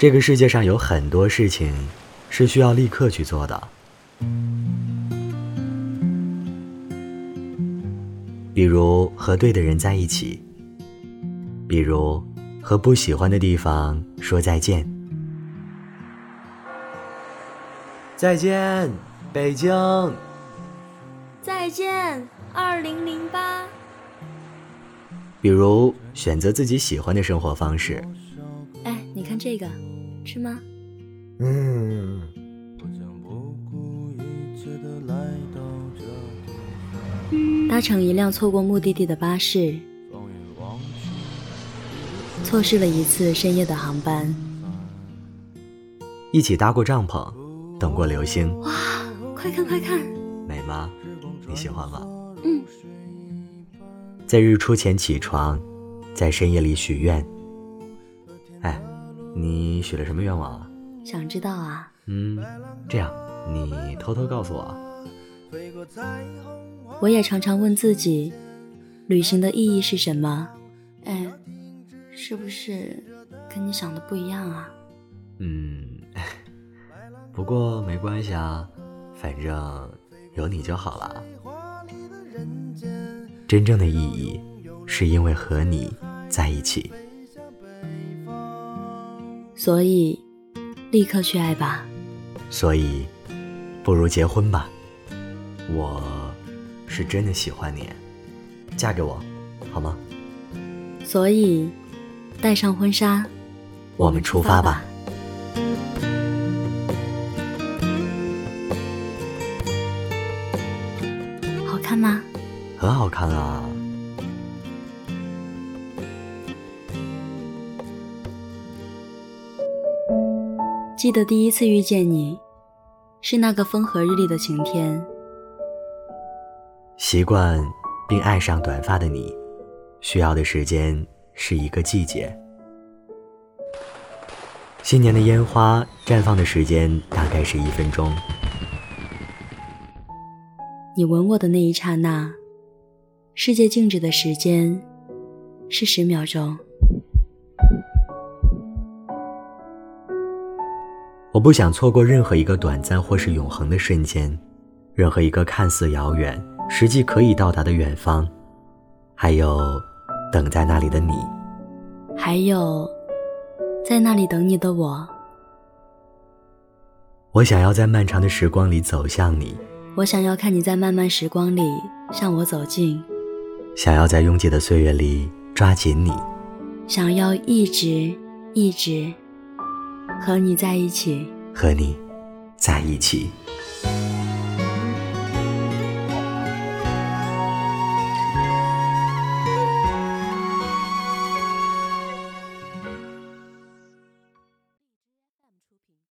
这个世界上有很多事情是需要立刻去做的，比如和对的人在一起，比如和不喜欢的地方说再见。再见，北京。 再见，2008。 比如选择自己喜欢的生活方式。 哎，你看这个，吃吗？搭乘一辆错过目的地的巴士，错失了一次深夜的航班。 一起搭过帐篷，等过流星。 哇，快看快看， 美吗？你喜欢吗？ 在日出前起床，在深夜里许愿。哎，你许了什么愿望啊？ 想知道啊？ 这样，你偷偷告诉我。 我也常常问自己，旅行的意义是什么？哎，是不是跟你想的不一样啊？ 不过没关系啊，反正有你就好了。真正的意义是因为和你在一起， 所以立刻去爱吧。 所以不如结婚吧。我是真的喜欢你，嫁给我好吗？ 所以带上婚纱， 我们出发吧。 好看吗？ 很好看啊。 记得第一次遇见你，是那个风和日丽的晴天。 习惯并爱上短发的你，需要的时间是一个季节。新年的烟花绽放的时间大概是1分钟。 你吻我的那一刹那，世界静止的时间是10秒钟。 我不想错过任何一个短暂或是永恒的瞬间，任何一个看似遥远实际可以到达的远方，还有等在那里的你， 还有在那里等你的我。 我想要在漫长的时光里走向你， 我想要看你在漫漫时光里向我走近， 想要在拥挤的岁月里抓紧你， 想要一直和你在一起， 和你在一起。